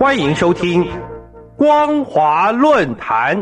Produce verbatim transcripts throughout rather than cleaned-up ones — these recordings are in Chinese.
欢迎收听光华论坛。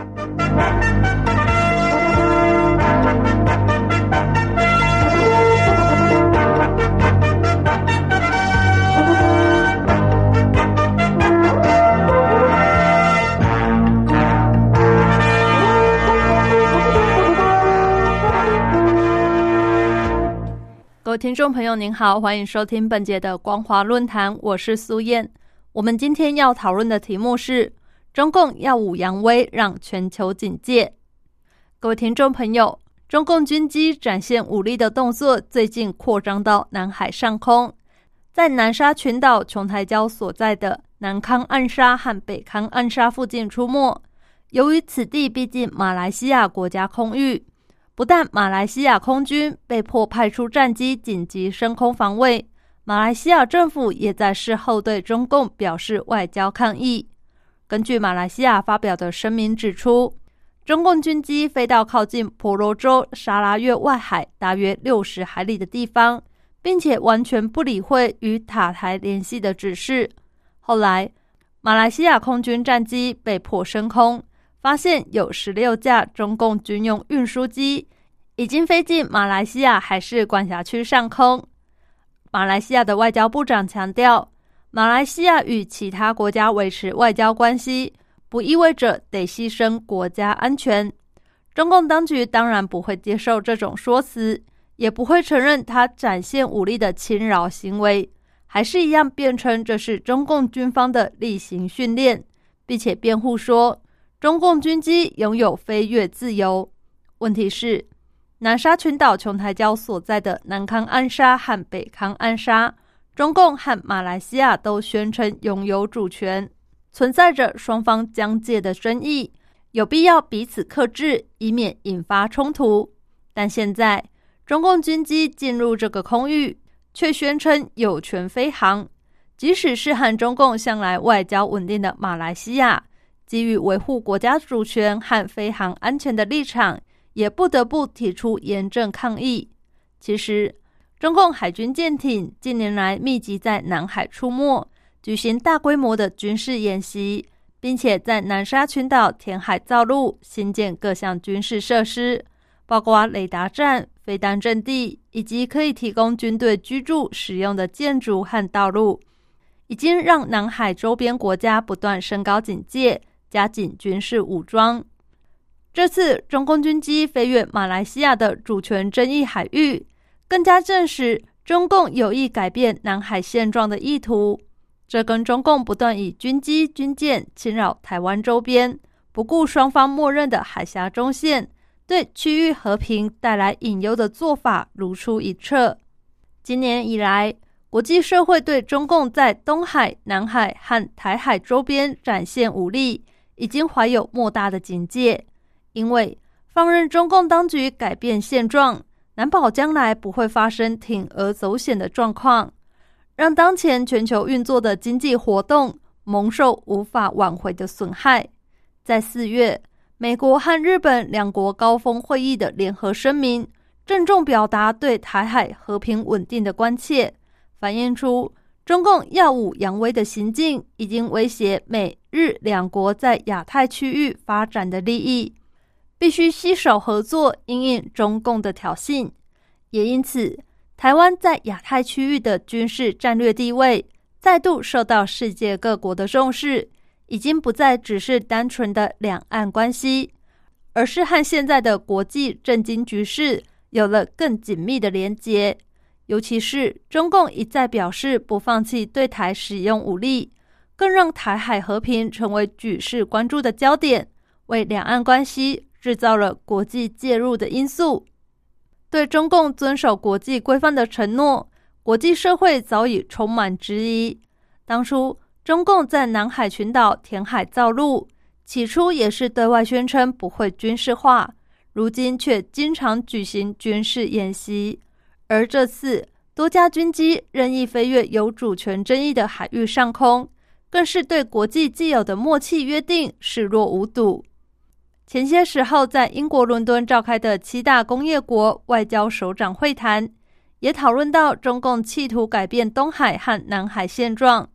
各位听众朋友您好，欢迎收听本节的光华论坛，我是苏燕。我们今天要讨论的题目是中共耀武扬威，让全球警戒。各位听众朋友，中共军机展现武力的动作最近扩张到南海上空，在南沙群岛琼台礁所在的南康暗沙和北康暗沙附近出没。由于此地逼近马来西亚国家空域，不但马来西亚空军被迫派出战机紧急升空防卫，马来西亚政府也在事后对中共表示外交抗议。根据马来西亚发表的声明指出，中共军机飞到靠近婆罗洲沙拉越外海大约六十海里的地方，并且完全不理会与塔台联系的指示。后来，马来西亚空军战机被迫升空，发现有十六架中共军用运输机已经飞进马来西亚海事管辖区上空。马来西亚的外交部长强调，马来西亚与其他国家维持外交关系，不意味着得牺牲国家安全。中共当局当然不会接受这种说辞，也不会承认他展现武力的侵扰行为，还是一样辩称这是中共军方的例行训练，并且辩护说中共军机拥有飞越自由。问题是，南沙群岛琼台礁所在的南康暗沙和北康暗沙，中共和马来西亚都宣称拥有主权，存在着双方疆界的争议，有必要彼此克制，以免引发冲突。但现在，中共军机进入这个空域，却宣称有权飞航，即使是和中共向来外交稳定的马来西亚，基于维护国家主权和飞航安全的立场，也不得不提出严正抗议。其实，中共海军舰艇近年来密集在南海出没，举行大规模的军事演习，并且在南沙群岛填海造陆，新建各项军事设施，包括雷达站、飞弹阵地，以及可以提供军队居住使用的建筑和道路，已经让南海周边国家不断升高警戒，加紧军事武装。这次中共军机飞越马来西亚的主权争议海域，更加证实中共有意改变南海现状的意图。这跟中共不断以军机、军舰侵扰台湾周边，不顾双方默认的海峡中线，对区域和平带来隐忧的做法如出一辙。今年以来，国际社会对中共在东海、南海和台海周边展现武力，已经怀有莫大的警戒。因为放任中共当局改变现状，难保将来不会发生铤而走险的状况，让当前全球运作的经济活动蒙受无法挽回的损害。在四月，美国和日本两国高峰会议的联合声明，郑重表达对台海和平稳定的关切，反映出中共耀武扬威的行径已经威胁美日两国在亚太区域发展的利益，必须携手合作因应中共的挑衅。也因此，台湾在亚太区域的军事战略地位再度受到世界各国的重视，已经不再只是单纯的两岸关系，而是和现在的国际政经局势有了更紧密的连结。尤其是中共一再表示不放弃对台使用武力，更让台海和平成为举世关注的焦点，为两岸关系制造了国际介入的因素。对中共遵守国际规范的承诺，国际社会早已充满质疑。当初中共在南海群岛填海造陆，起初也是对外宣称不会军事化，如今却经常举行军事演习。而这次多架军机任意飞越有主权争议的海域上空，更是对国际既有的默契约定视若无睹。前些时候在英国伦敦召开的七大工业国外交首长会谈，也讨论到中共企图改变东海和南海现状，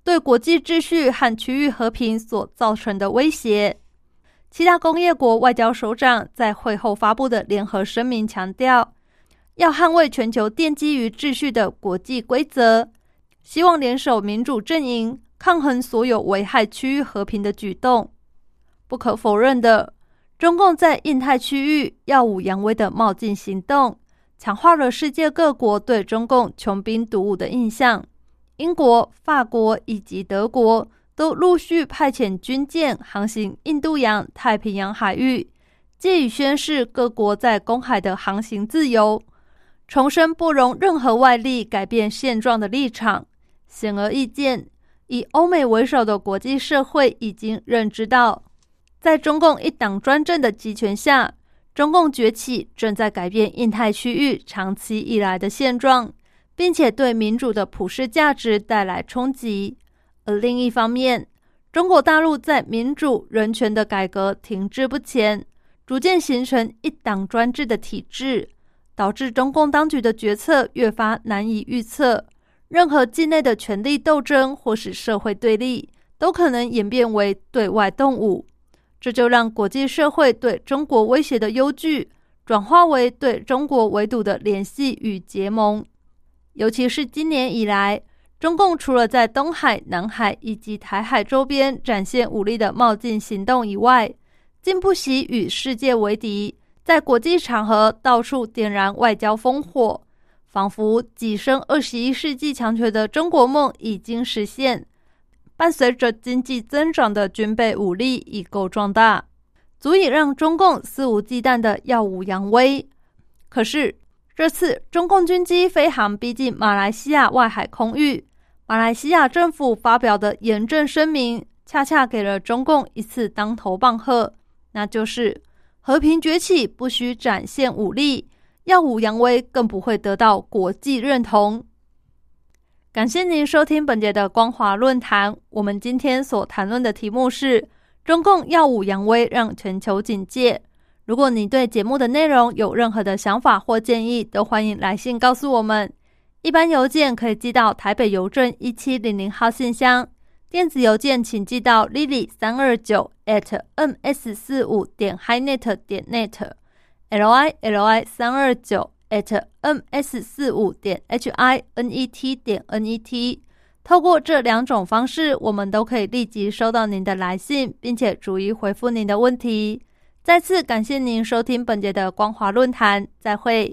对国际秩序和区域和平所造成的威胁。七大工业国外交首长在会后发布的联合声明强调，要捍卫全球奠基于秩序的国际规则，希望联手民主阵营抗衡所有危害区域和平的举动。不可否认的，中共在印太区域耀武扬威的冒进行动，强化了世界各国对中共穷兵黩武的印象。英国、法国以及德国都陆续派遣军舰航行印度洋、太平洋海域，借以宣示各国在公海的航行自由，重申不容任何外力改变现状的立场。显而易见，以欧美为首的国际社会已经认知到，在中共一党专政的集权下，中共崛起正在改变印太区域长期以来的现状，并且对民主的普世价值带来冲击。而另一方面，中国大陆在民主人权的改革停滞不前，逐渐形成一党专制的体制，导致中共当局的决策越发难以预测。任何境内的权力斗争或是社会对立，都可能演变为对外动武。这就让国际社会对中国威胁的忧惧，转化为对中国围堵的联系与结盟。尤其是今年以来，中共除了在东海、南海以及台海周边展现武力的冒进行动以外，竟不惜与世界为敌，在国际场合到处点燃外交烽火，仿佛跻身二十一世纪强权的中国梦已经实现。伴随着经济增长的军备武力已够壮大，足以让中共肆无忌惮的耀武扬威。可是这次中共军机飞航逼近马来西亚外海空域，马来西亚政府发表的严正声明，恰恰给了中共一次当头棒喝，那就是和平崛起不需展现武力，耀武扬威更不会得到国际认同。感谢您收听本节的光华论坛，我们今天所谈论的题目是中共耀武扬威让全球警戒。如果你对节目的内容有任何的想法或建议，都欢迎来信告诉我们。一般邮件可以寄到台北邮政一七零零号信箱，电子邮件请寄到 lily 三二九 at m s 四五 点 highnet 点 net lily 三二九 at m s 四五 点 hinet 点 net。 透过这两种方式，我们都可以立即收到您的来信，并且逐一回复您的问题。再次感谢您收听本节的光华论坛，再会。